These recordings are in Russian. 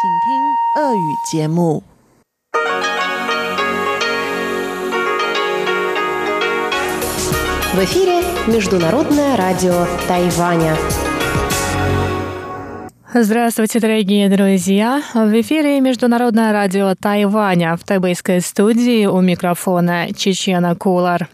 听俄语节目。 В эфире Международное радио Тайваня. Здравствуйте, дорогие друзья! В эфире Международное радио Тайваня. В тайбэйской студии у микрофона Чечена Кулар.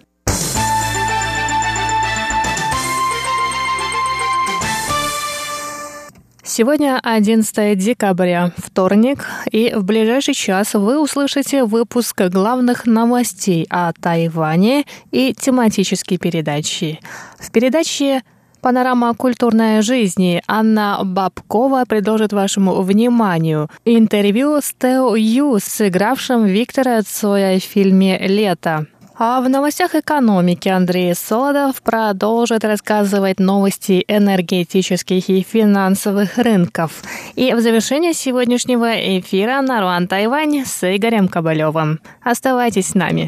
Сегодня 11 декабря, вторник, и в ближайший час вы услышите выпуск главных новостей о Тайване и тематические передачи. В передаче «Панорама культурной жизни» Анна Бабкова предложит вашему вниманию интервью с Тео Ю, сыгравшим Виктора Цоя в фильме «Лето». А в новостях экономики Андрей Солодов продолжит рассказывать новости энергетических и финансовых рынков. И в завершение сегодняшнего эфира «Наруан Тайвань» с Игорем Кобылевым. Оставайтесь с нами.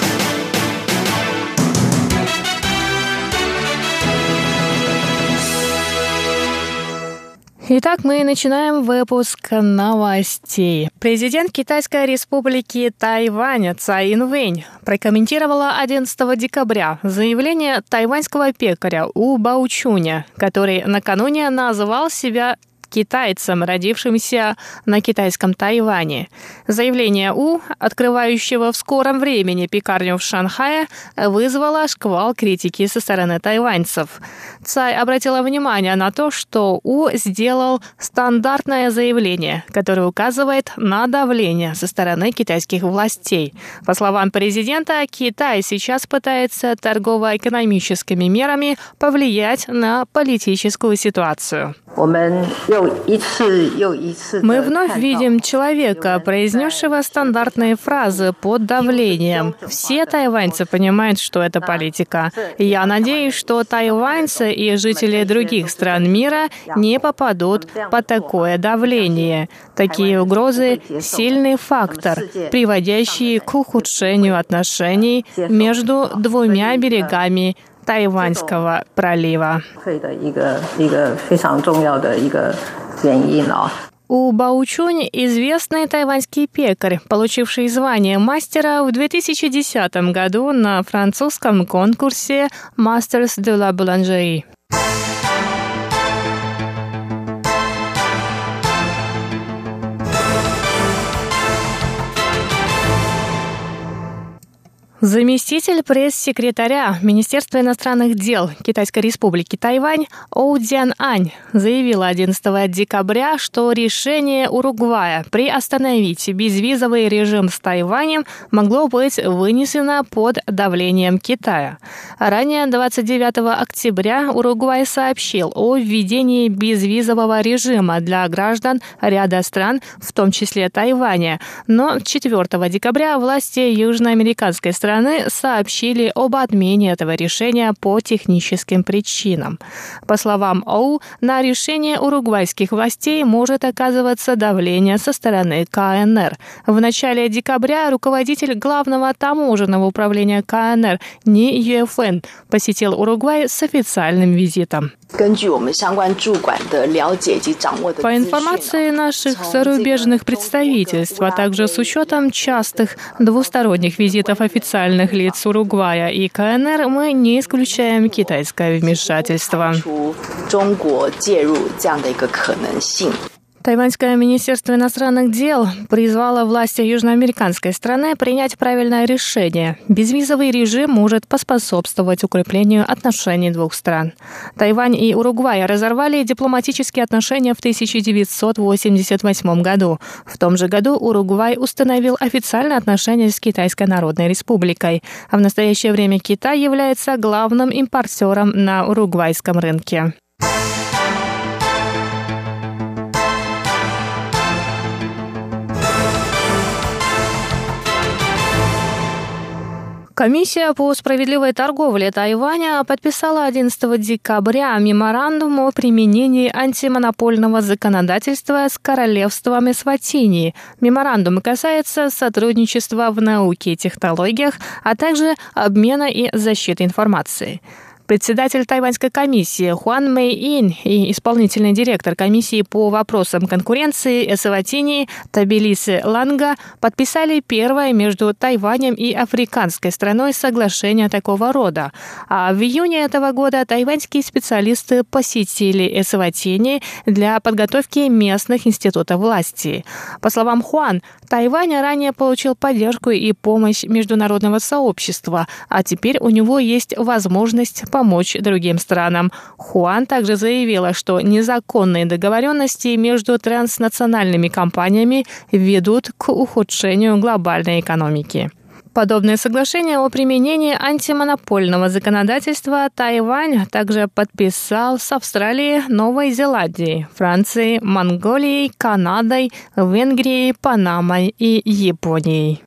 Итак, мы начинаем выпуск новостей. Президент Китайской республики Тайвань Цай Инвэнь прокомментировала 11 декабря заявление тайваньского пекаря У Баучуня, который накануне назвал себя китайцем, родившимся на китайском Тайване. Заявление У, открывающего в скором времени пекарню в Шанхае, вызвало шквал критики со стороны тайваньцев. Цай обратила внимание на то, что У сделал стандартное заявление, которое указывает на давление со стороны китайских властей. По словам президента, Китай сейчас пытается торгово-экономическими мерами повлиять на политическую ситуацию. Мы вновь видим человека, произнесшего стандартные фразы под давлением. Все тайваньцы понимают, что это политика. Я надеюсь, что тайваньцы и жители других стран мира не попадут под такое давление. Такие угрозы – сильный фактор, приводящий к ухудшению отношений между двумя берегами Тайваньского пролива. У Баучунь – известный тайваньский пекарь, получивший звание мастера в 2010 году на французском конкурсе «Masters de la Boulangerie». Заместитель пресс-секретаря Министерства иностранных дел Китайской республики Тайвань Оу Дзян-Ань заявила 11 декабря, что решение Уругвая приостановить безвизовый режим с Тайванем могло быть вынесено под давлением Китая. Ранее, 29 октября, Уругвай сообщил о введении безвизового режима для граждан ряда стран, в том числе Тайваня. Но 4 декабря власти южноамериканской страны сообщили об отмене этого решения по техническим причинам. По словам Оу, на решение уругвайских властей может оказываться давление со стороны КНР. В начале декабря руководитель главного таможенного управления КНР Ни Юэфэн посетил Уругвай с официальным визитом. По информации наших зарубежных представительств, а также с учетом частых двусторонних визитов официальных лиц Уругвая и КНР, мы не исключаем китайское вмешательство. Тайваньское министерство иностранных дел призвало власти южноамериканской страны принять правильное решение. Безвизовый режим может поспособствовать укреплению отношений двух стран. Тайвань и Уругвай разорвали дипломатические отношения в 1988 году. В том же году Уругвай установил официальные отношения с Китайской Народной Республикой. А в настоящее время Китай является главным импортером на уругвайском рынке. Комиссия по справедливой торговле Тайваня подписала 11 декабря меморандум о применении антимонопольного законодательства с королевством Эсватини. Меморандум касается сотрудничества в науке и технологиях, а также обмена и защиты информации. Председатель тайваньской комиссии Хуан Мэй Ин и исполнительный директор комиссии по вопросам конкуренции Эсватини Табилиси Ланга подписали первое между Тайванем и африканской страной соглашение такого рода. А в июне этого года тайваньские специалисты посетили Эсватини для подготовки местных институтов власти. По словам Хуан, Тайвань ранее получил поддержку и помощь международного сообщества, а теперь у него есть возможность помочь другим странам. Хуан также заявила, что незаконные договоренности между транснациональными компаниями ведут к ухудшению глобальной экономики. Подобное соглашение о применении антимонопольного законодательства Тайвань также подписал с Австралией, Новой Зеландией, Францией, Монголией, Канадой, Венгрией, Панамой и Японией.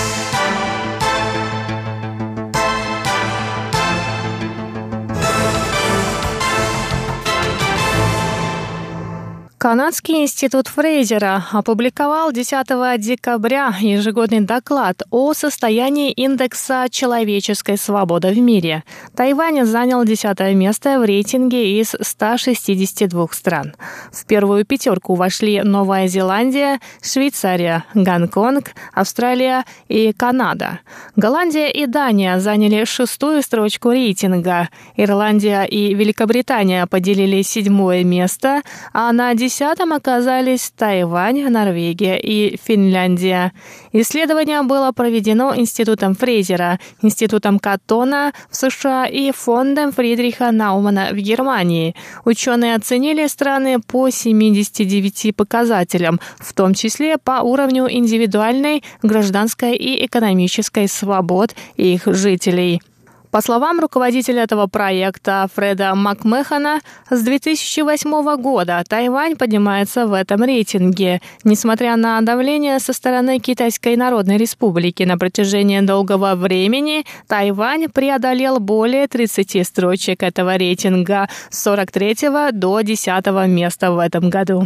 Канадский институт Фрейзера опубликовал 10 декабря ежегодный доклад о состоянии индекса человеческой свободы в мире. Тайвань занял 10 место в рейтинге из 162 стран. В первую пятерку вошли Новая Зеландия, Швейцария, Гонконг, Австралия и Канада. Голландия и Дания заняли 6-ю строчку рейтинга. Ирландия и Великобритания поделили 7-е место, а на 10-м оказались Тайвань, Норвегия и Финляндия. Исследование было проведено Институтом Фрейзера, Институтом Каттона в США и Фондом Фридриха Наумана в Германии. Ученые оценили страны по 79 показателям, в том числе по уровню индивидуальной, гражданской и экономической свобод их жителей. По словам руководителя этого проекта Фреда Макмехана, с 2008 года Тайвань поднимается в этом рейтинге. Несмотря на давление со стороны Китайской Народной Республики на протяжении долгого времени, Тайвань преодолел более 30 строчек этого рейтинга с 43 до 10 места в этом году.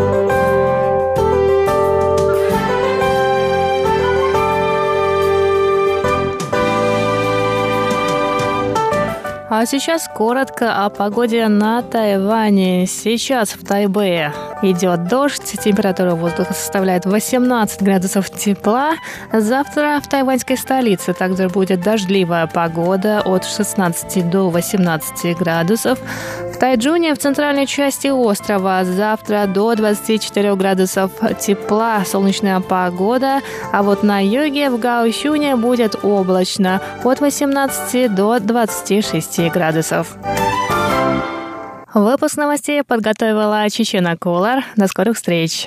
А сейчас коротко о погоде на Тайване. Сейчас в Тайбэе идет дождь, температура воздуха составляет 18 градусов тепла. Завтра в тайваньской столице также будет дождливая погода от 16 до 18 градусов. В Тайчжуне, в центральной части острова, завтра до 24 градусов тепла, солнечная погода. А вот на юге, в Гаосюне, будет облачно от 18 до 26 градусов. Выпуск новостей подготовила Чечена Кулар. До скорых встреч!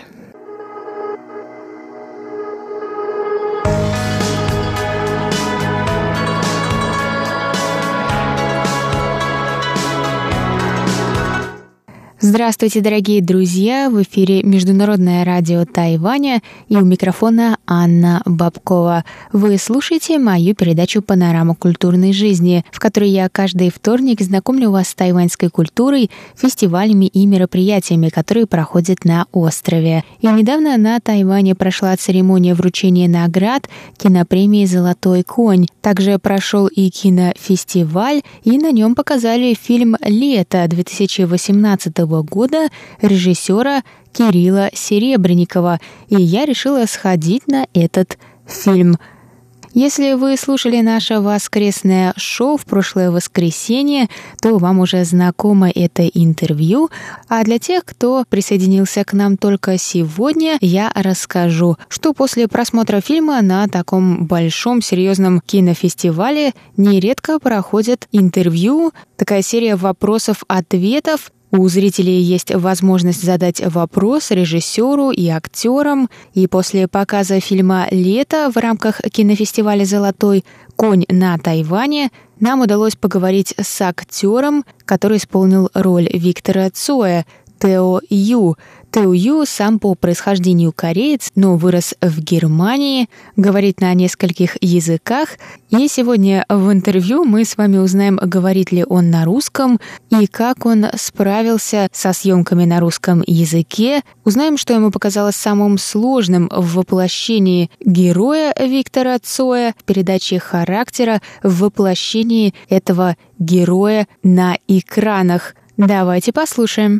Здравствуйте, дорогие друзья! В эфире Международное радио Тайваня и у микрофона Анна Бабкова. Вы слушаете мою передачу «Панорама культурной жизни», в которой я каждый вторник знакомлю вас с тайваньской культурой, фестивалями и мероприятиями, которые проходят на острове. И недавно на Тайване прошла церемония вручения наград кинопремии «Золотой конь». Также прошел и кинофестиваль, и на нем показали фильм «Лето» 2018 года режиссера Кирилла Серебренникова, и я решила сходить на этот фильм. Если вы слушали наше воскресное шоу в прошлое воскресенье, то вам уже знакомо это интервью. А для тех, кто присоединился к нам только сегодня, я расскажу, что после просмотра фильма на таком большом серьезном кинофестивале нередко проходят интервью, такая серия вопросов-ответов. У зрителей есть возможность задать вопрос режиссеру и актерам. И после показа фильма «Лето» в рамках кинофестиваля «Золотой конь» на Тайване нам удалось поговорить с актером, который исполнил роль Виктора Цоя, Тео Ю. Тео Ю сам по происхождению кореец, но вырос в Германии, говорит на нескольких языках. И сегодня в интервью мы с вами узнаем, говорит ли он на русском и как он справился со съемками на русском языке. Узнаем, что ему показалось самым сложным в воплощении героя Виктора Цоя, в передаче характера, в воплощении этого героя на экранах. Давайте послушаем.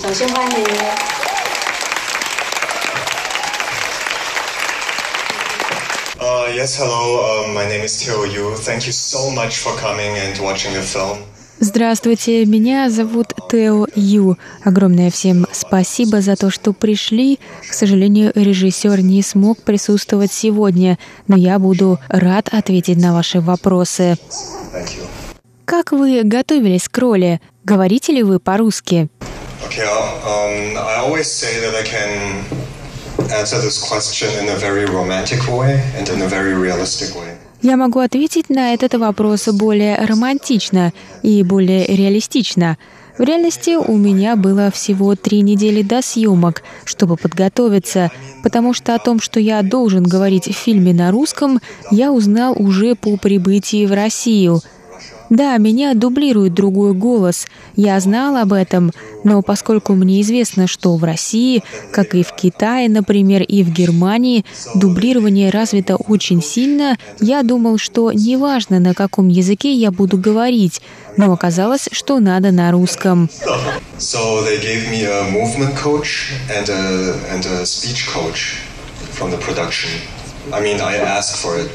Yes, hello. My name is Teo Yu. Thank you so much for coming and watching the film. Здравствуйте, меня зовут Тео Ю. Огромное всем спасибо за то, что пришли. К сожалению, режиссер не смог присутствовать сегодня, но я буду рад ответить на ваши вопросы. Как вы готовились к роли? Говорите ли вы по-русски? Okay, I always say that I can answer this question in a very romantic way and in a very realistic way. Я могу ответить на этот вопрос более романтично и более реалистично. В реальности у меня было всего 3 недели до съемок, чтобы подготовиться, потому что о том, что я должен говорить в фильме на русском, я узнал уже по прибытии в Россию. Да, меня дублирует другой голос. Я знал об этом, но поскольку мне известно, что в России, как и в Китае, например, и в Германии, дублирование развито очень сильно, я думал, что неважно, на каком языке я буду говорить, но оказалось, что надо на русском. So they gave me a movement coach and a speech coach from the production. I mean, I asked for it.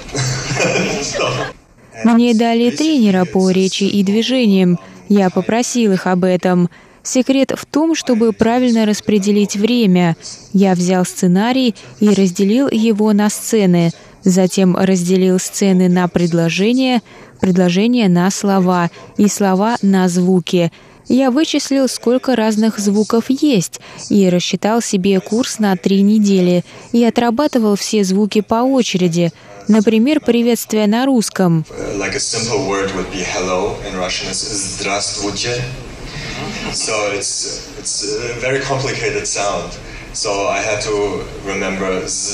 Мне дали тренера по речи и движениям. Я попросил их об этом. Секрет в том, чтобы правильно распределить время. Я взял сценарий и разделил его на сцены. Затем разделил сцены на предложения, предложения на слова и слова на звуки. Я вычислил, сколько разных звуков есть, и рассчитал себе курс на 3 недели, и отрабатывал все звуки по очереди. Например, приветствие на русском. Like a simple word would be hello in Russian is здравствуйте. So it's a very complicated sound. So I had to remember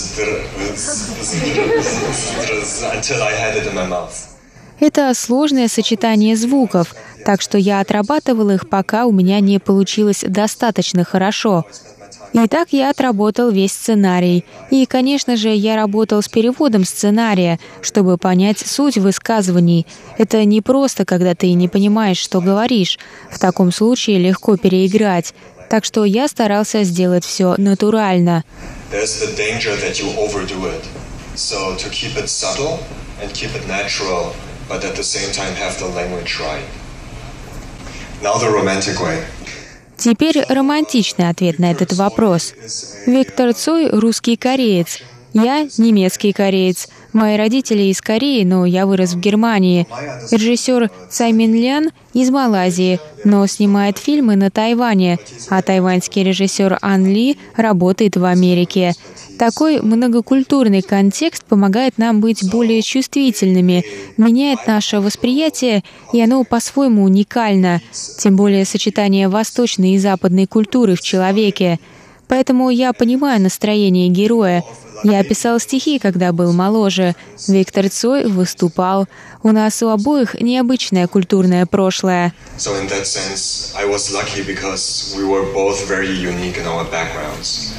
until I had it in my mouth. Это сложное сочетание звуков, так что я отрабатывал их, пока у меня не получилось достаточно хорошо. И так я отработал весь сценарий. И, конечно же, я работал с переводом сценария, чтобы понять суть высказываний. Это не просто, когда ты не понимаешь, что говоришь. В таком случае легко переиграть. Так что я старался сделать все натурально. But at the same time have the language right. Now the romantic way. Теперь романтичный ответ на этот вопрос. Виктор Цой – русский кореец. Я – немецкий кореец. Мои родители из Кореи, но я вырос в Германии. Режиссер Цай Мин Лян из Малайзии, но снимает фильмы на Тайване, а тайваньский режиссер Ан Ли работает в Америке. Такой многокультурный контекст помогает нам быть более чувствительными, меняет наше восприятие, и оно по-своему уникально, тем более сочетание восточной и западной культуры в человеке. Поэтому я понимаю настроение героя. Я писал стихи, когда был моложе. Виктор Цой выступал. У нас у обоих необычное культурное прошлое. So in that sense, I was lucky because we were both very unique in our backgrounds.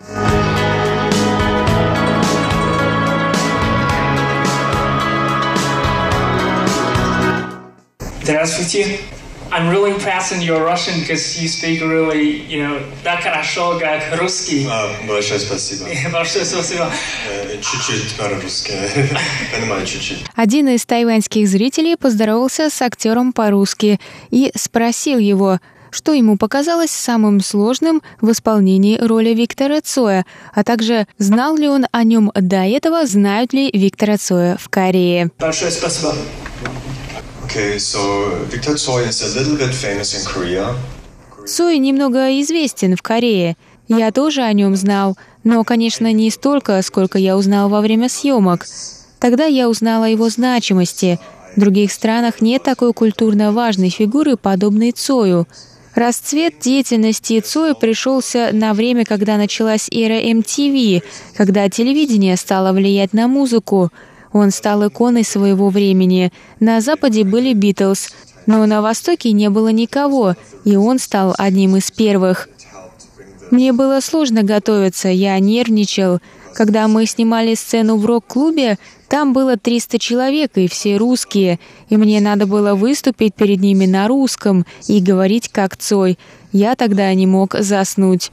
Здравствуйте. I'm really impressed in your Russian because you speak really, так хорошо, как русский. Большое спасибо. Большое спасибо. Чуть-чуть по-русски. Понимаю чуть-чуть. Один из тайваньских зрителей поздоровался с актером по-русски и спросил его, что ему показалось самым сложным в исполнении роли Виктора Цоя, а также знал ли он о нем до этого, знают ли Виктора Цоя в Корее. Большое спасибо. Okay, so Victor Tsoi is a little bit famous in Korea. Цой немного известен в Корее. Я тоже о нем знал, но, конечно, не столько, сколько я узнал во время съемок. Тогда я узнал о его значимости. В других странах нет такой культурно важной фигуры, подобной Цою. Расцвет деятельности Цоя пришелся на время, когда началась эра MTV, когда телевидение стало влиять на музыку. Он стал иконой своего времени. На Западе были Битлз, но на Востоке не было никого, и он стал одним из первых. Мне было сложно готовиться, я нервничал. Когда мы снимали сцену в рок-клубе, там было 300 человек, и все русские, и мне надо было выступить перед ними на русском и говорить как Цой. Я тогда не мог заснуть.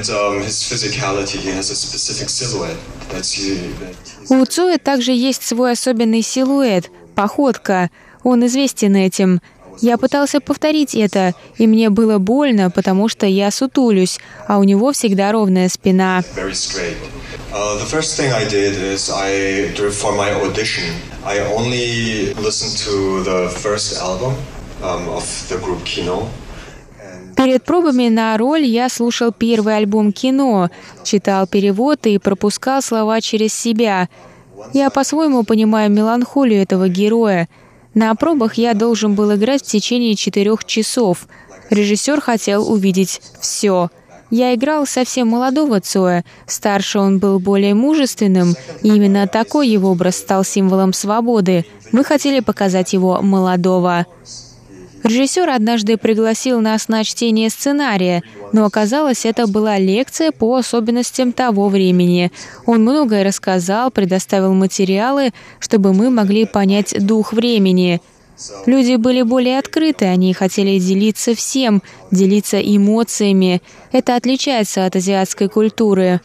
У Цоя также есть свой особенный силуэт, походка. Он известен этим. Я пытался повторить это, и мне было больно, потому что я сутулюсь, а у него всегда ровная спина. The first thing I did is for my audition, I only listened to the first album of the group Kino. Перед пробами на роль я слушал первый альбом «Кино», читал перевод и пропускал слова через себя. Я по-своему понимаю меланхолию этого героя. На пробах я должен был играть в течение 4 часов. Режиссер хотел увидеть все. Я играл совсем молодого Цоя, старше он был более мужественным, и именно такой его образ стал символом свободы. Мы хотели показать его молодого. Режиссер однажды пригласил нас на чтение сценария, но оказалось, это была лекция по особенностям того времени. Он многое рассказал, предоставил материалы, чтобы мы могли понять дух времени. Люди были более открыты, они хотели делиться всем, делиться эмоциями. Это отличается от азиатской культуры.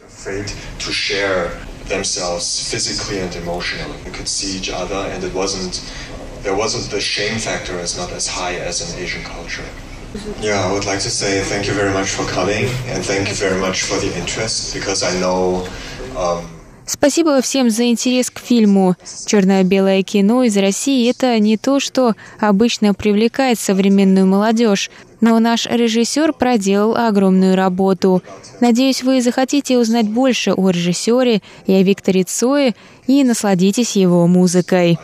Yeah, I would like to say thank you very much for coming and thank you very much for the interest because I know Спасибо всем за интерес к фильму. Черно-белое кино из России — это не то, что обычно привлекает современную молодежь, но наш режиссер проделал огромную работу. Надеюсь, вы захотите узнать больше о режиссере и о Викторе Цое и насладитесь его музыкой.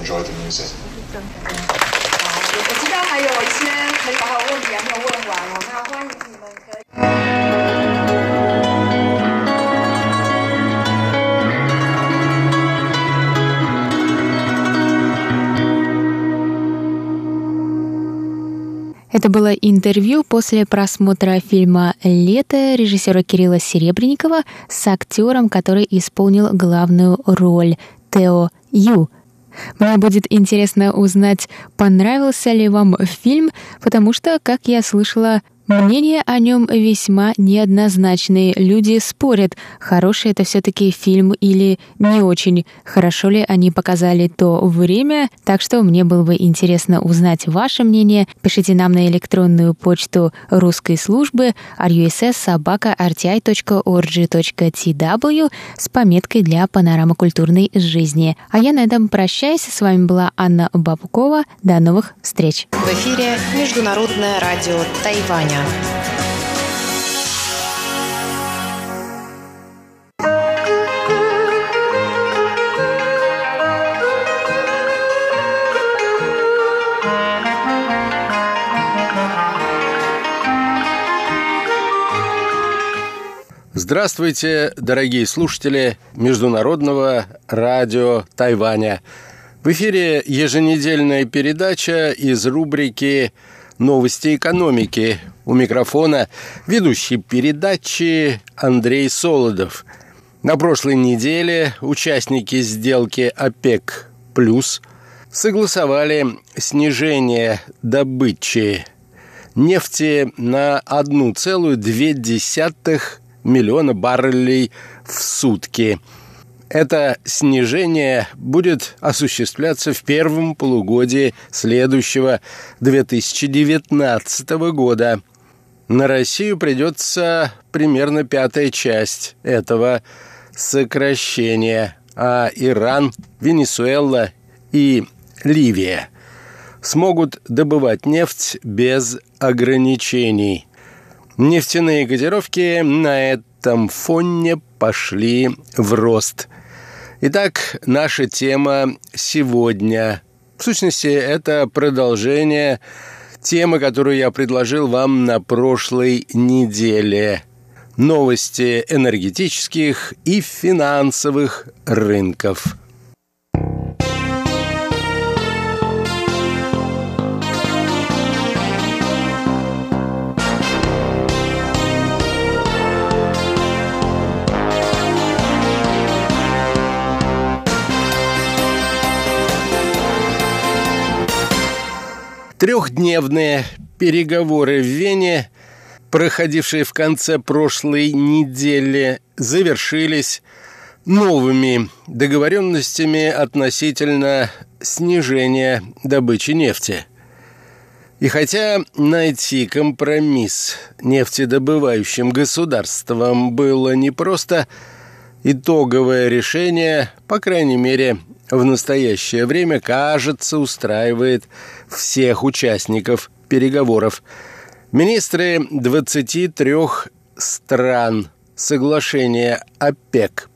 Это было интервью после просмотра фильма «Лето» режиссера Кирилла Серебренникова с актером, который исполнил главную роль — Тео Ю. Мне будет интересно узнать, понравился ли вам фильм, потому что, как я слышала, мнения о нем весьма неоднозначные. Люди спорят, хороший это все-таки фильм или не очень, хорошо ли они показали то время. Так что мне было бы интересно узнать ваше мнение. Пишите нам на электронную почту русской службы russ@rti.org.tw с пометкой для панорамы культурной жизни. А я на этом прощаюсь. С вами была Анна Бабкова. До новых встреч. В эфире Международное радио Тайваня. Здравствуйте, дорогие слушатели Международного радио Тайваня. В эфире еженедельная передача из рубрики «Новости экономики». У микрофона ведущий передачи Андрей Солодов. На прошлой неделе участники сделки ОПЕК+ согласовали снижение добычи нефти на 1,2 миллиона баррелей в сутки. Это снижение будет осуществляться в первом полугодии следующего 2019 года. На Россию придется примерно 1/5 часть этого сокращения, а Иран, Венесуэла и Ливия смогут добывать нефть без ограничений. Нефтяные котировки на этом фоне пошли в рост. Итак, наша тема сегодня. В сущности, это продолжение тема, которую я предложил вам на прошлой неделе. Новости энергетических и финансовых рынков. Трехдневные переговоры в Вене, проходившие в конце прошлой недели, завершились новыми договоренностями относительно снижения добычи нефти. И хотя найти компромисс нефтедобывающим государствам было непросто, итоговое решение, по крайней мере, в настоящее время, кажется, устраивает всех участников переговоров. Министры 23 стран соглашения ОПЕК+,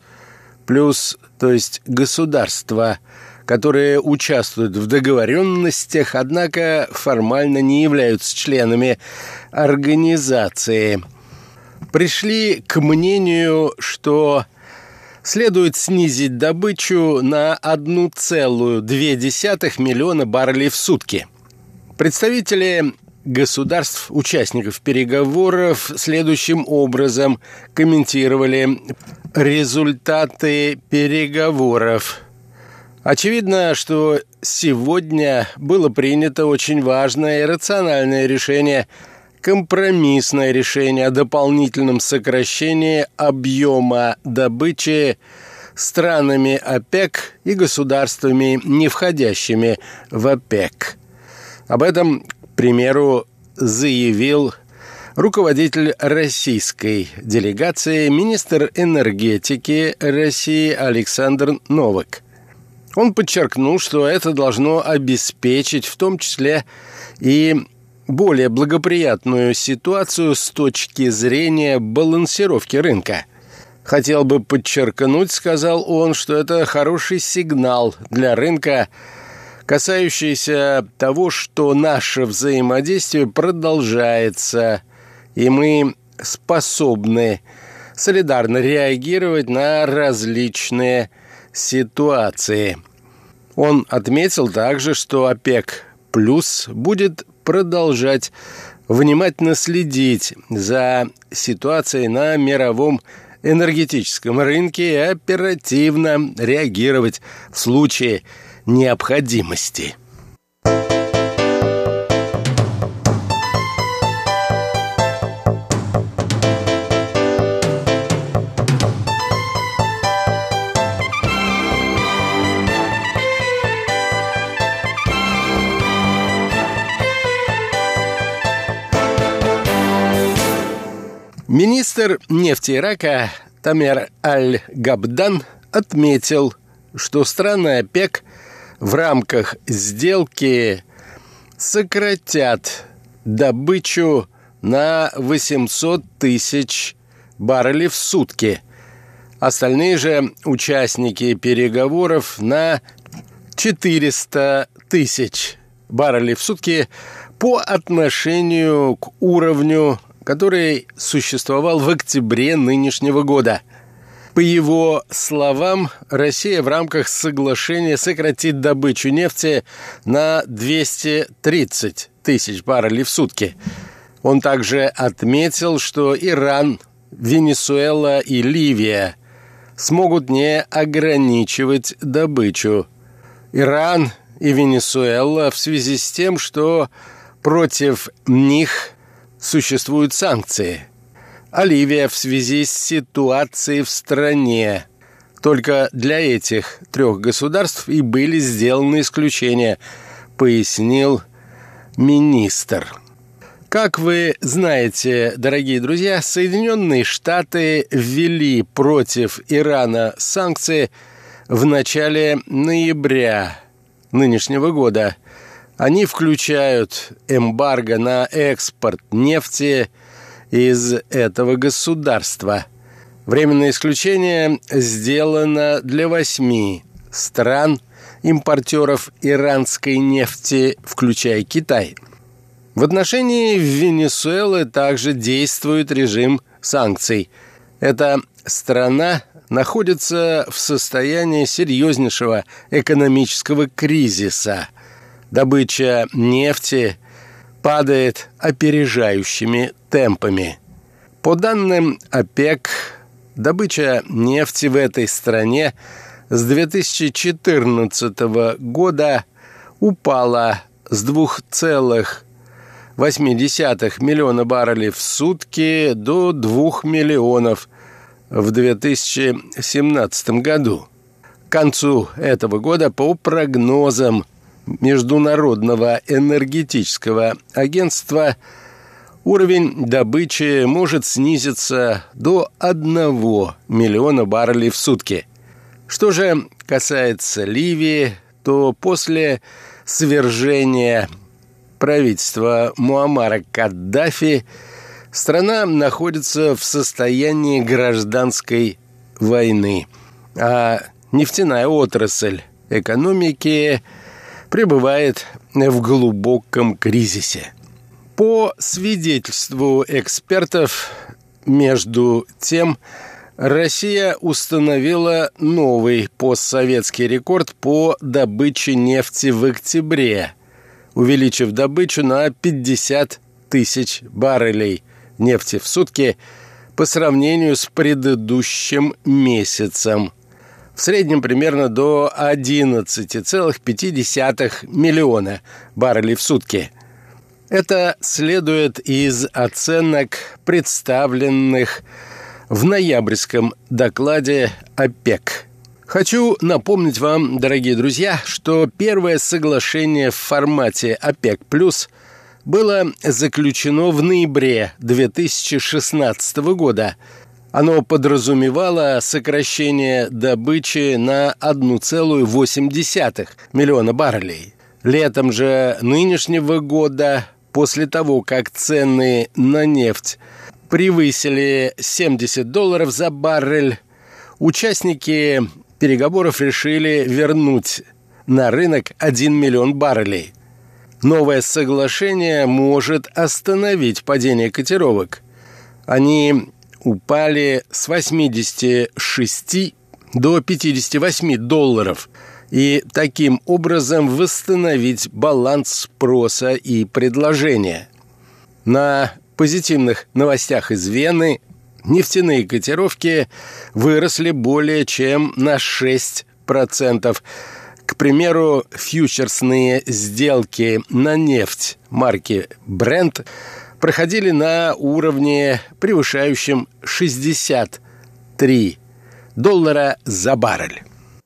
то есть государства, которые участвуют в договоренностях, однако формально не являются членами организации, пришли к мнению, что следует снизить добычу на 1,2 миллиона баррелей в сутки. Представители государств, участников переговоров, следующим образом комментировали результаты переговоров. Очевидно, что сегодня было принято очень важное и рациональное решение, компромиссное решение о дополнительном сокращении объема добычи странами ОПЕК и государствами, не входящими в ОПЕК. Об этом, к примеру, заявил руководитель российской делегации, министр энергетики России Александр Новак. Он подчеркнул, что это должно обеспечить в том числе и более благоприятную ситуацию с точки зрения балансировки рынка. «Хотел бы подчеркнуть, — сказал он, — что это хороший сигнал для рынка, касающийся того, что наше взаимодействие продолжается, и мы способны солидарно реагировать на различные ситуации». Он отметил также, что ОПЕК+ будет продолжать внимательно следить за ситуацией на мировом энергетическом рынке и оперативно реагировать в случае необходимости. Министр нефти Ирака Тамер Аль-Габдан отметил, что страны ОПЕК в рамках сделки сократят добычу на 800 тысяч баррелей в сутки. Остальные же участники переговоров на 400 тысяч баррелей в сутки по отношению к уровню, который существовал в октябре нынешнего года. По его словам, Россия в рамках соглашения сократит добычу нефти на 230 тысяч баррелей в сутки. Он также отметил, что Иран, Венесуэла и Ливия смогут не ограничивать добычу. Иран и Венесуэла в связи с тем, что против них существуют санкции, а Ливия в связи с ситуацией в стране. Только для этих трех государств и были сделаны исключения, пояснил министр. Как вы знаете, дорогие друзья, Соединенные Штаты ввели против Ирана санкции в начале ноября нынешнего года. Они включают эмбарго на экспорт нефти из этого государства. Временное исключение сделано для 8 стран, импортеров иранской нефти, включая Китай. В отношении Венесуэлы также действует режим санкций. Эта страна находится в состоянии серьезнейшего экономического кризиса. Добыча нефти падает опережающими темпами. По данным ОПЕК, добыча нефти в этой стране с 2014 года упала с 2,8 миллиона баррелей в сутки до 2 миллионов в 2017 году. К концу этого года, по прогнозам Международного энергетического агентства, уровень добычи может снизиться до 1 миллиона баррелей в сутки. Что же касается Ливии, то после свержения правительства Муаммара Каддафи страна находится в состоянии гражданской войны, а нефтяная отрасль экономики пребывает в глубоком кризисе. По свидетельству экспертов, между тем, Россия установила новый постсоветский рекорд по добыче нефти в октябре, увеличив добычу на 50 тысяч баррелей нефти в сутки по сравнению с предыдущим месяцем. В среднем примерно до 11,5 миллиона баррелей в сутки. Это следует из оценок, представленных в ноябрьском докладе ОПЕК. Хочу напомнить вам, дорогие друзья, что первое соглашение в формате ОПЕК+, было заключено в ноябре 2016 года. Оно подразумевало сокращение добычи на 1,8 миллиона баррелей. Летом же нынешнего года, после того, как цены на нефть превысили $70 за баррель, участники переговоров решили вернуть на рынок 1 миллион баррелей. Новое соглашение может остановить падение котировок. Они упали с 86 до $58 и таким образом восстановить баланс спроса и предложения. На позитивных новостях из Вены нефтяные котировки выросли более чем на 6%. К примеру, фьючерсные сделки на нефть марки Brent проходили на уровне, превышающем $63 за баррель.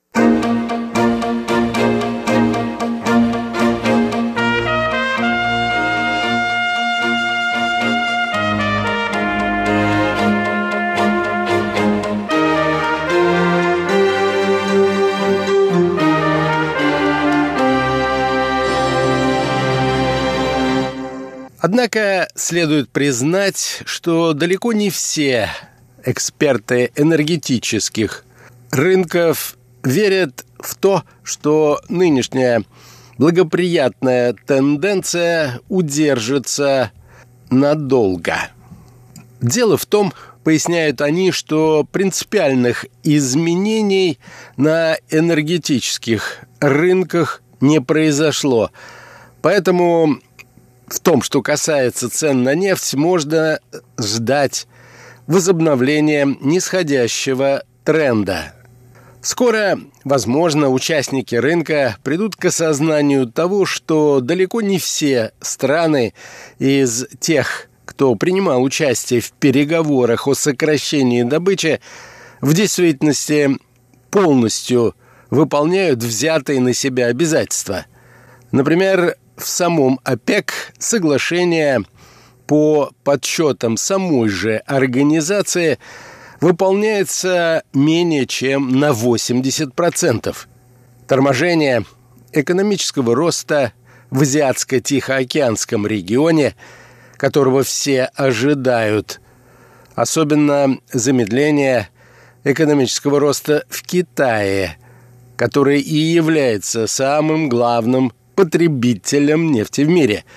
Однако следует признать, что далеко не все эксперты энергетических рынков верят в то, что нынешняя благоприятная тенденция удержится надолго. Дело в том, поясняют они, что принципиальных изменений на энергетических рынках не произошло. Поэтому в том, что касается цен на нефть, можно ждать возобновления нисходящего тренда. Скоро, возможно, участники рынка придут к осознанию того, что далеко не все страны из тех, кто принимал участие в переговорах о сокращении добычи, в действительности полностью выполняют взятые на себя обязательства. Например, в самом ОПЕК соглашение по подсчетам самой же организации выполняется менее чем на 80%. Торможение экономического роста в Азиатско-Тихоокеанском регионе, которого все ожидают, особенно замедление экономического роста в Китае, который и является самым главным потребителем нефти в мире.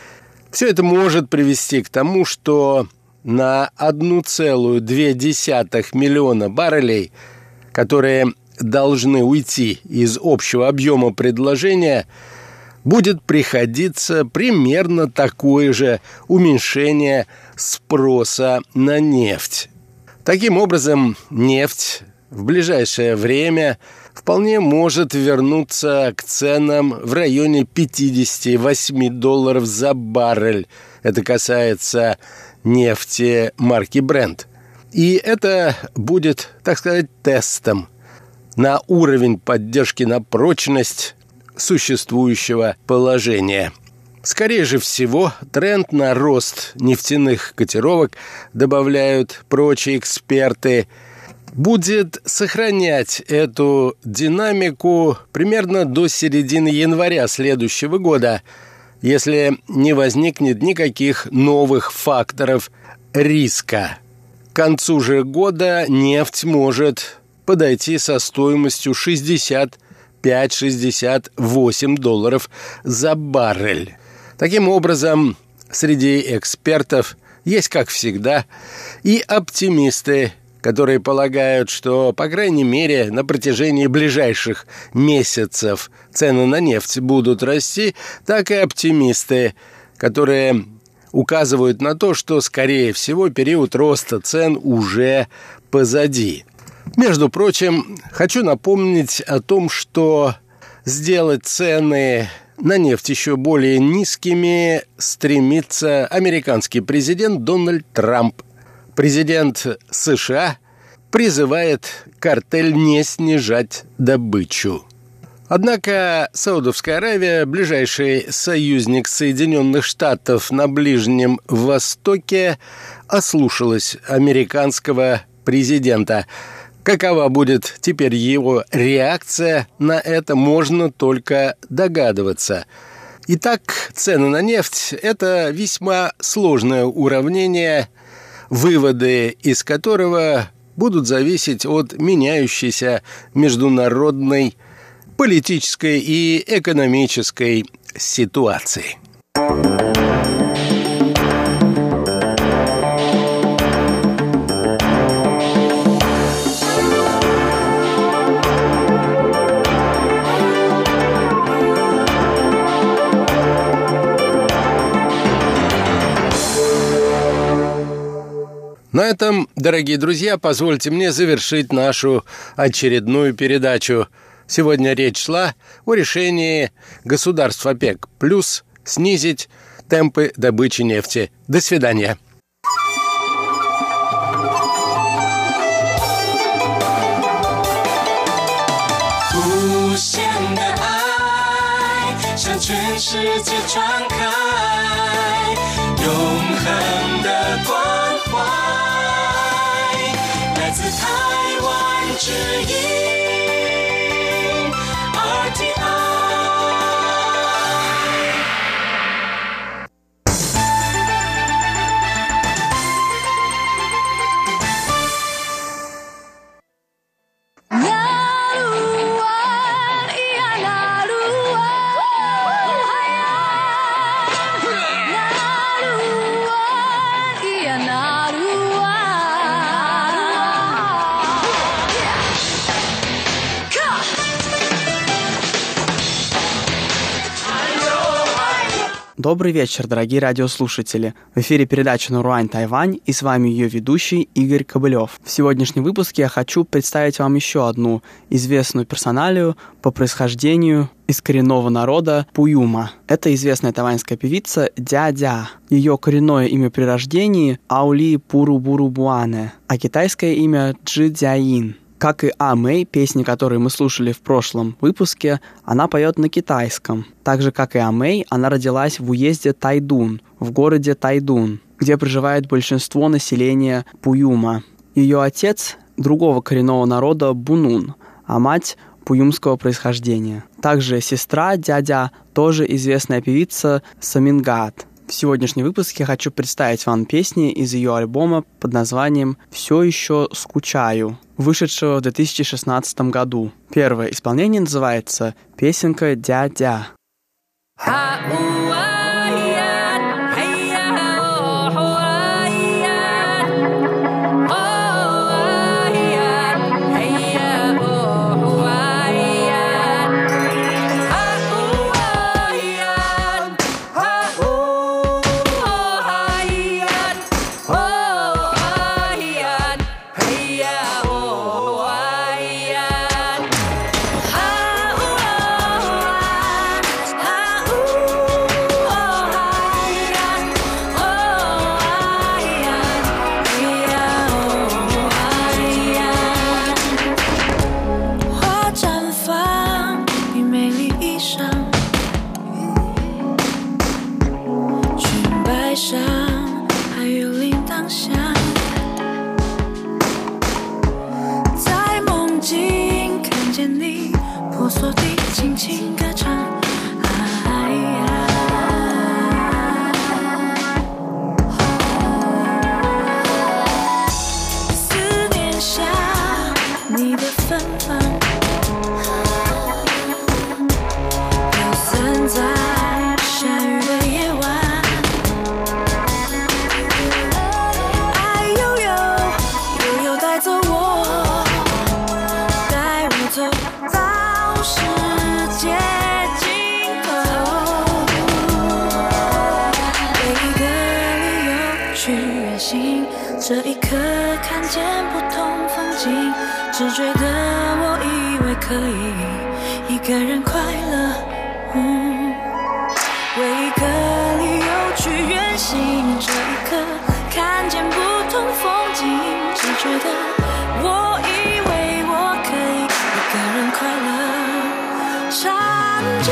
Все это может привести к тому, что на 1,2 миллиона баррелей, которые должны уйти из общего объема предложения, будет приходиться примерно такое же уменьшение спроса на нефть. Таким образом, нефть в ближайшее время вполне может вернуться к ценам в районе $58 за баррель. Это касается нефти марки Brent. И это будет, так сказать, тестом на уровень поддержки, на прочность существующего положения. Скорее же всего, тренд на рост нефтяных котировок, добавляют прочие эксперты, будет сохранять эту динамику примерно до середины января следующего года, если не возникнет никаких новых факторов риска. К концу же года нефть может подойти со стоимостью $65-68 за баррель. Таким образом, среди экспертов есть, как всегда, и оптимисты, которые полагают, что, по крайней мере, на протяжении ближайших месяцев цены на нефть будут расти, так и оптимисты, которые указывают на то, что, скорее всего, период роста цен уже позади. Между прочим, хочу напомнить о том, что сделать цены на нефть еще более низкими стремится американский президент Дональд Трамп. Президент США призывает картель не снижать добычу. Однако Саудовская Аравия, ближайший союзник Соединенных Штатов на Ближнем Востоке, ослушалась американского президента. Какова будет теперь его реакция на это, можно только догадываться. Итак, цены на нефть – это весьма сложное уравнение, выводы из которого будут зависеть от меняющейся международной политической и экономической ситуации. На этом, дорогие друзья, позвольте мне завершить нашу очередную передачу. Сегодня речь шла о решении государств ОПЕК+ снизить темпы добычи нефти. До свидания. Добрый вечер, дорогие радиослушатели. В эфире передача «Наруань Тайвань» и с вами ее ведущий Игорь Кобылев. В сегодняшнем выпуске я хочу представить вам еще одну известную персоналию по происхождению из коренного народа Пуюма. Это известная тайваньская певица Дя-Дя. Ее коренное имя при рождении Аули Пуру-Буру-Буане, а китайское имя Чжи Цзяин. Как и А Мэй, песни, которые мы слушали в прошлом выпуске, она поет на китайском. Так же, как и А Мэй, она родилась в уезде Тайдун, в городе Тайдун, где проживает большинство населения Пуюма. Ее отец другого коренного народа Бунун, а мать пуюмского происхождения. Также сестра Дядя тоже известная певица Самингат. В сегодняшнем выпуске я хочу представить вам песни из ее альбома под названием «Все еще скучаю», вышедшего в 2016 году. Первое исполнение называется «Песенка Дя-Дя». Hi 摸索地轻轻歌唱。思念下你的芬芳，飘散在下雨的夜晚。爱悠悠悠悠带走我，带我走到世界尽头。给一个理由去远行，这一刻看见不同风景，只觉得我以为可以一个人快乐。为一个理由去远行，这一刻看见不同风景，只觉得我以为我可以一个人快乐，唱着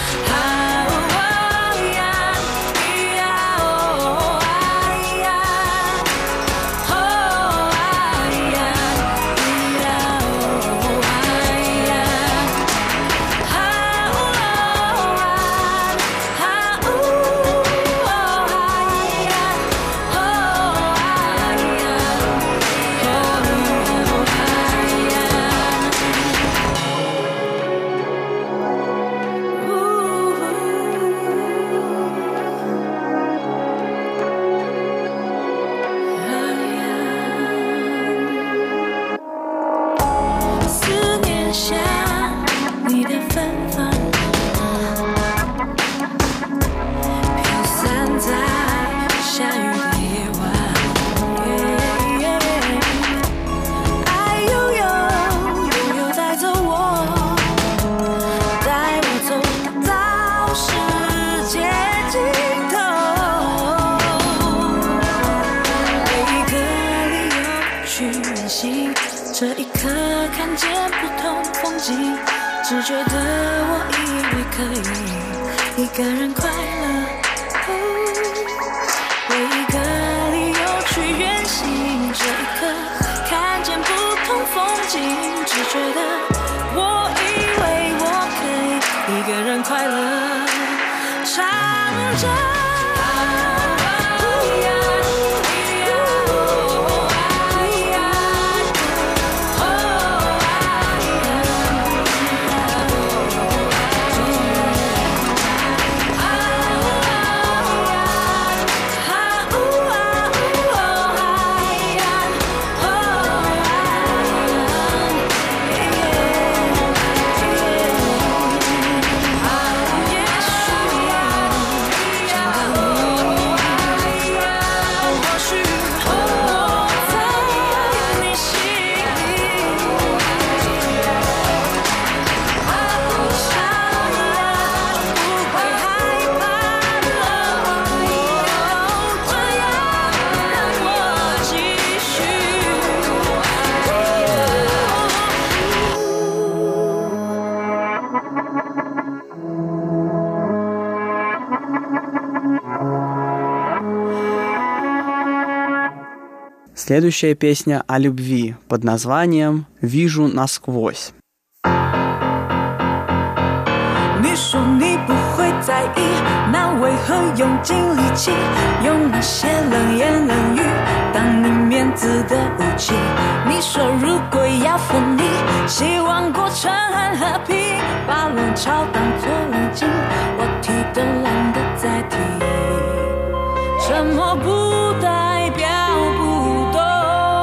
这一刻看见不同风景，只觉得我以为可以一个人快乐。为一个理由去远行，这一刻看见不同风景，只觉得我以为我可以一个人快乐，唱着。 Следующая песня о любви под названием «Вижу насквозь». 你说你不会在意，那为何用尽力气，用那些冷言冷语当你面子的武器？你说如果要分离，希望过程很和平，把冷嘲当作冷静，我提都懒得再提，沉默不代表不懂。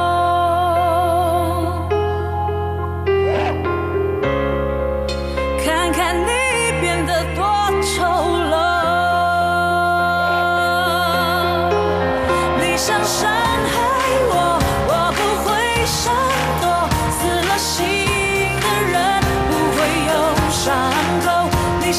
看看你变得多丑陋，你想伤害我，我不会闪躲，死了心的人不会有伤口。你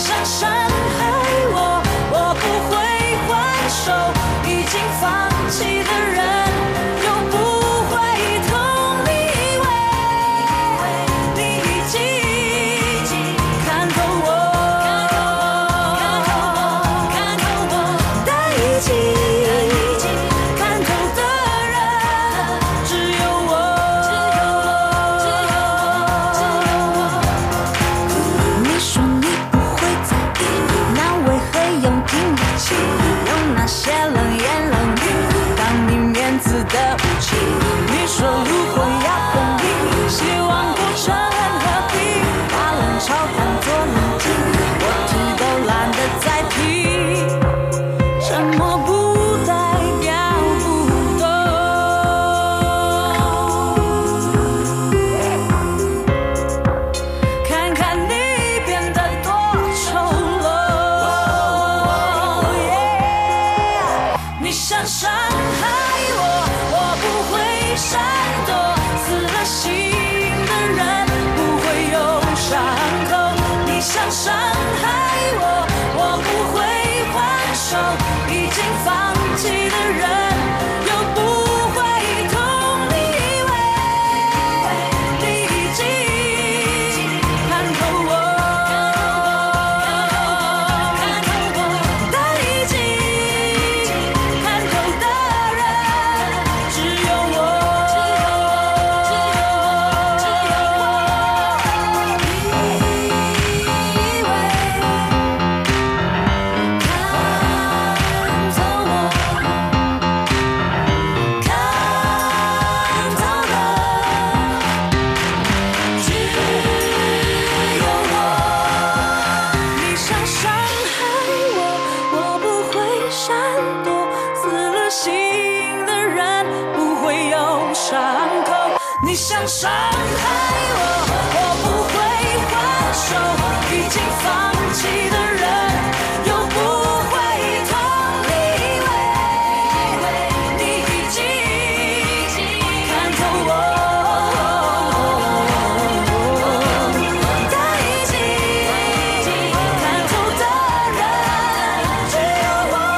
想伤害我不会还手，已经放弃的人又不会痛，因为你已经看透我，他已经看透的人只有我。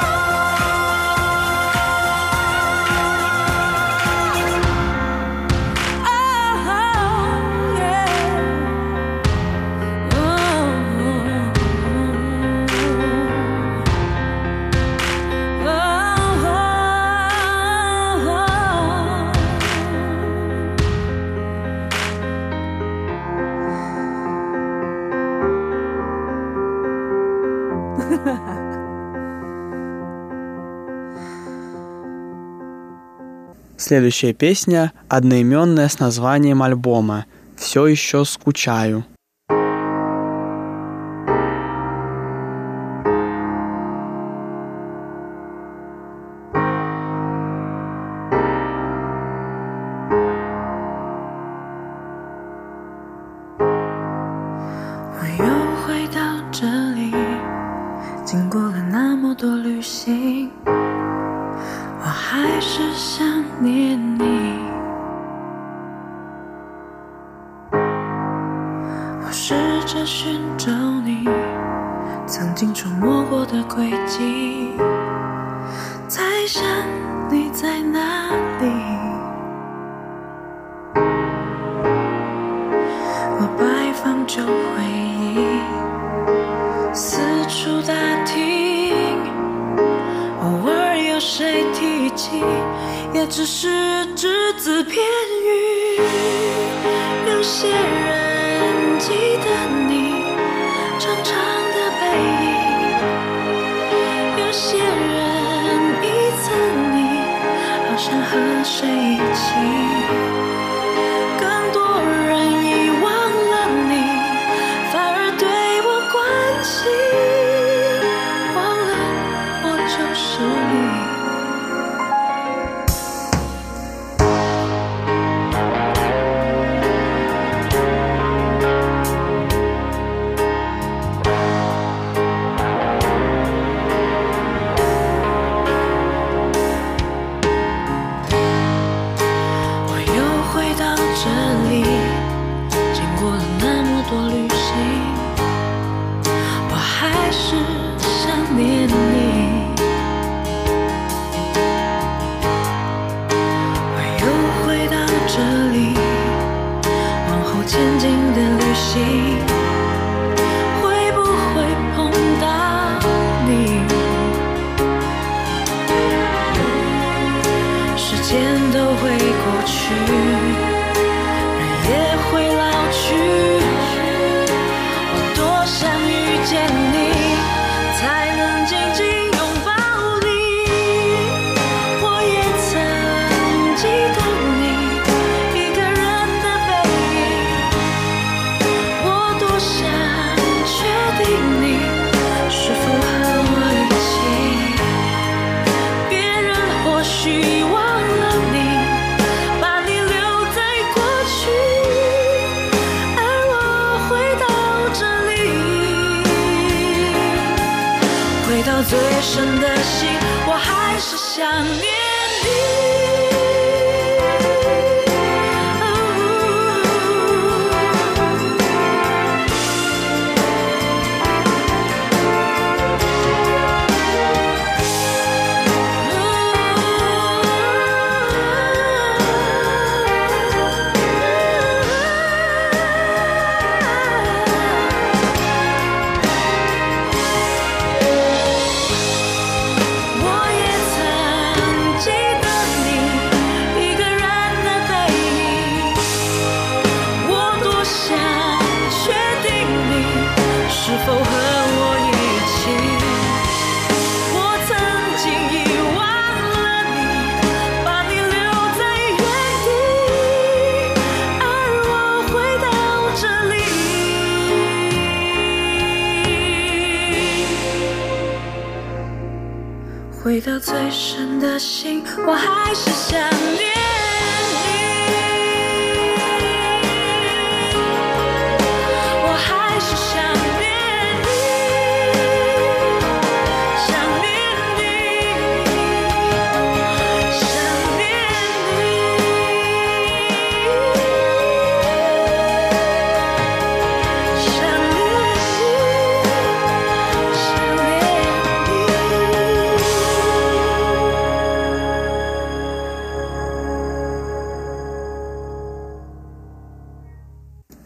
Следующая песня одноименная с названием альбома «Все еще скучаю». 也只是只字片语，有些人记得你长长的背影，有些人一曾你好像和谁一起，更多人遗忘了你，反而对我关心，忘了我就是你。最深的心，我还是想念你。回到最深的心，我还是想念你。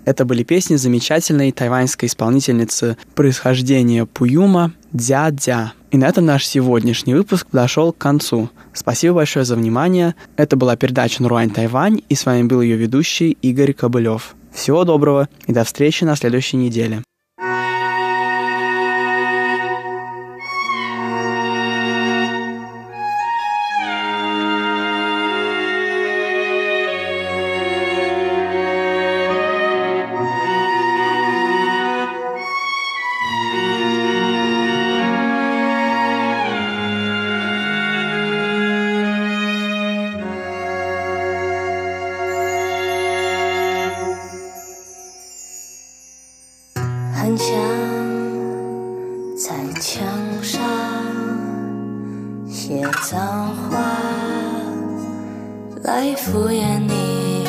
Это были песни замечательной тайваньской исполнительницы происхождения Пуюма Дзя-Дзя. И на этом наш сегодняшний выпуск подошел к концу. Спасибо большое за внимание. Это была передача «Наруань Тайвань», и с вами был ее ведущий Игорь Кобылев. Всего доброго и до встречи на следующей неделе. 很想在墙上写脏话来敷衍你，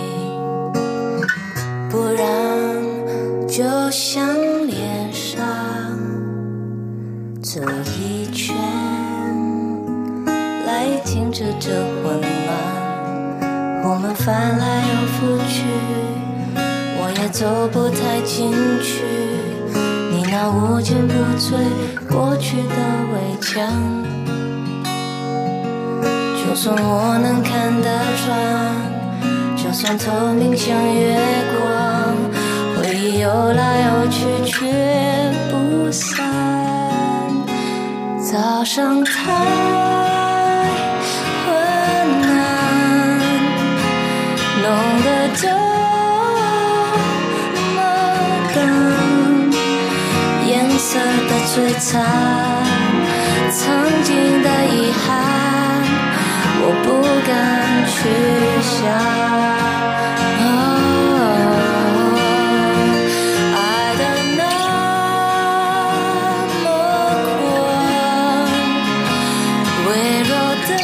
不然就像脸上这一圈来停止这混乱，我们翻来又覆去，我也走不太进去，你那无坚不摧过去的围墙，就算我能看得穿，就算透明像月光，回忆游来游去却不散，早上太昏暗，弄得这色的摧残，曾经的遗憾，我不敢去想。爱的那么狂，微弱的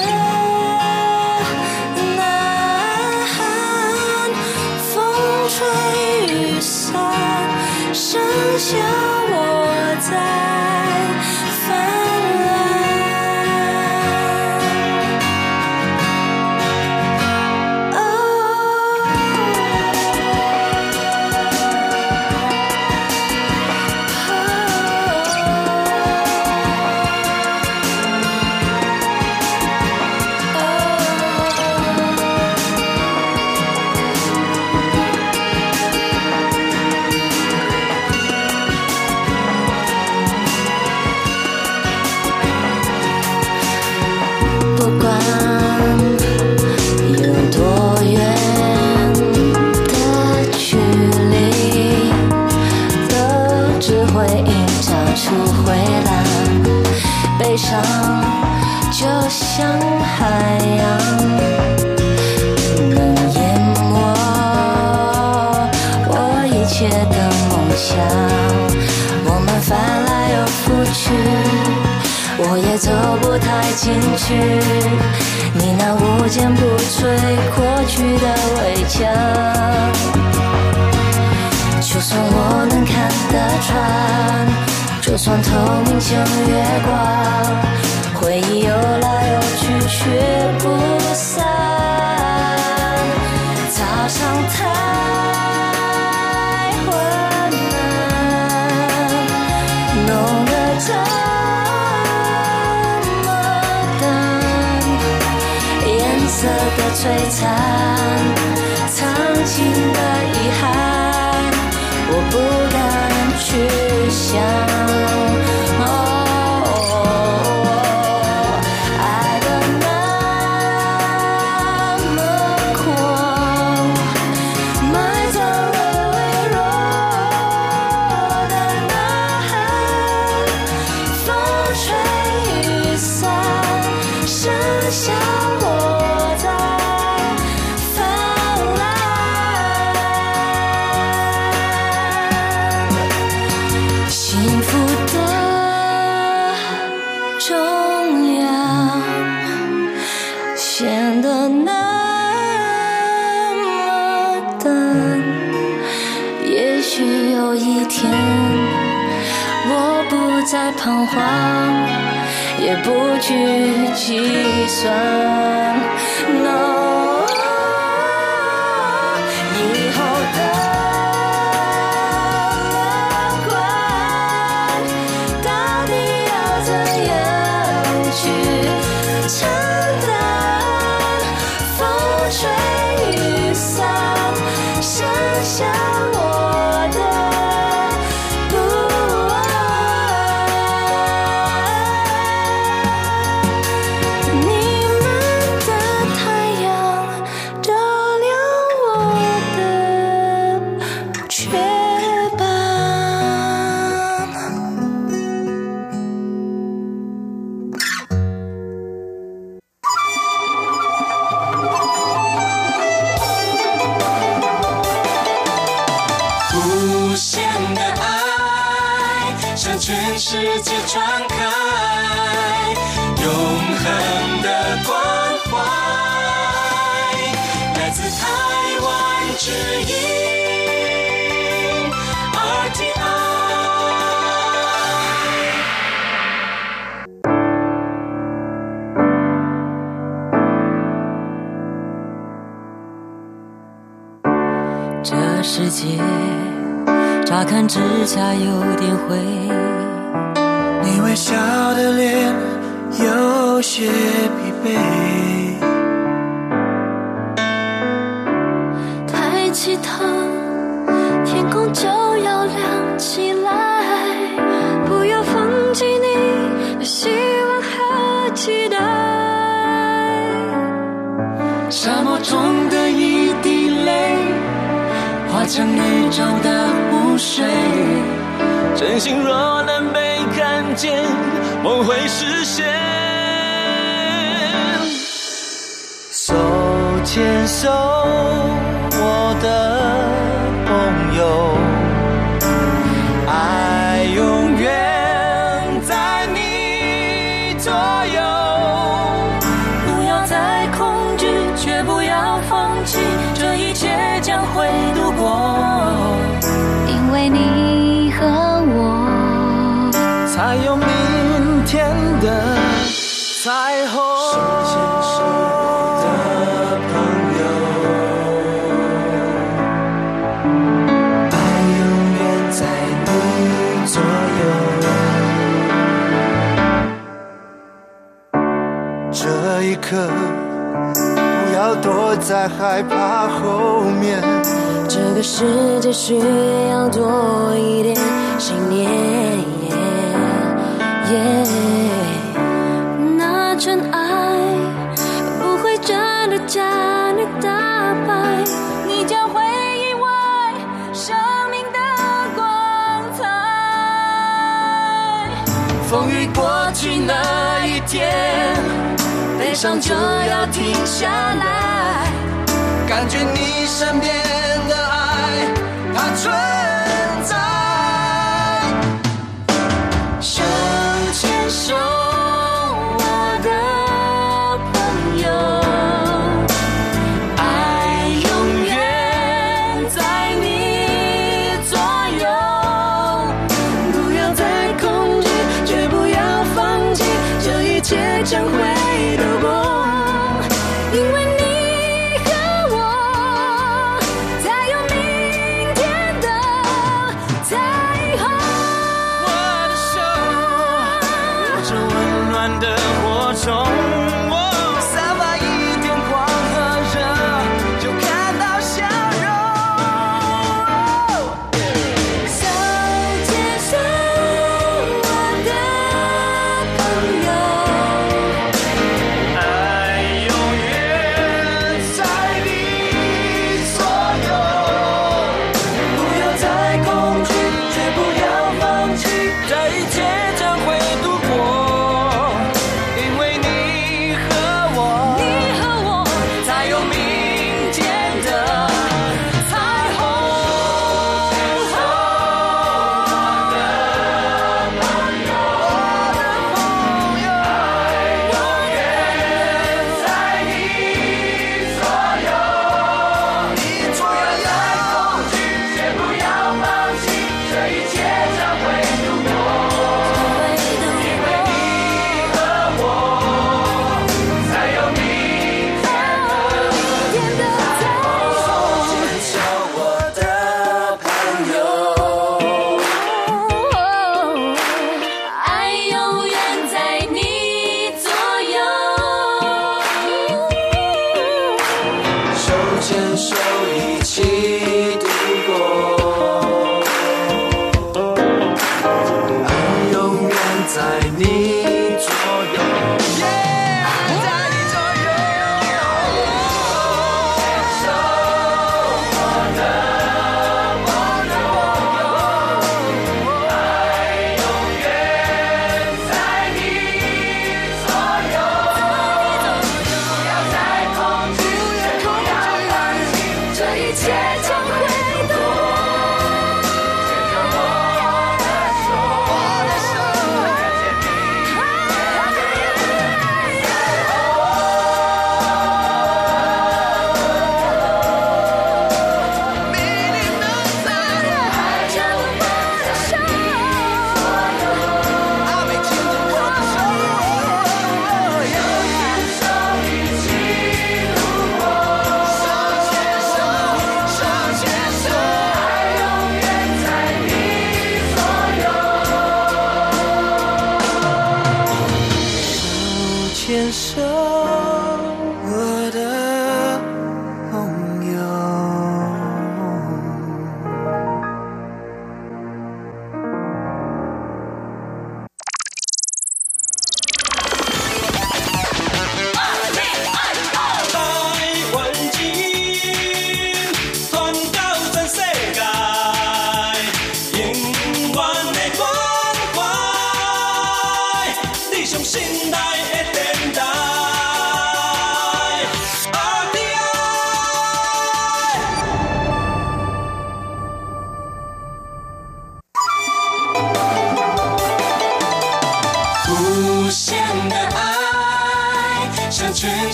呐喊，风吹雨散，剩下我在泛伤，就像海洋，能淹没我一切的梦想。我们翻来又覆去，我也走不太进去，你那无坚不摧过去的围墙，就算我能看得穿，就算透明像月光，回忆游来游去却不散，早上太昏暗，弄得这么淡，颜色的摧残，曾经的遗憾，我不敢去想。再彷徨，也不去计算。No， 以后的限的爱向全世界传开，永恒的关怀，来自台湾之音 RTI。 这世界乍看之下有点灰， 你微笑的脸有些疲惫， 抬起头，天空就要亮起来，不要放弃你的希望和期待。 沙漠中的一滴泪化成宇宙的湖水，真心若能被看见，梦会实现。手牵手，我的朋友，爱永远在你左右。 不要再恐惧，却不要放弃，这一切将会度过，因为你和我才有明天的彩虹。手牵手的朋友，爱永远在你左右。这一刻不要躲在害怕后面， 这个世界需要多一点信念，那真爱不会真的将你打败，你将会意外生命的光彩。 风雨过去那一天，悲伤就要停下来，感觉你身边的爱它存在。手牵手，我的朋友，爱永远在你左右。不要再恐惧，却不要放弃，这一切将会度过，因为你和我才有明天的彩虹。我的手握着温暖的火种，散发一点光和热，就看到笑容。 手牵手，我的朋友， 爱永远在你左右。不要再恐惧，却不要放弃，这一切将会度过，因为你和我才有明天的彩虹。爱永远在你左右，你不要再恐惧，却不要放弃，这一切将会度过，因为你和我才有明天的彩虹。手牵手，我的朋友， 爱永远在你左右。 手牵手一起度过，爱永远在你左右。在你左右。牵手，我的朋友，爱永远在你左右。不要再恐惧，却不要放弃，这一切将会度过。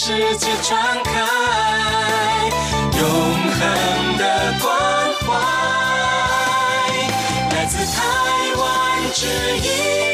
世界传开，永恒的关怀，来自台湾之音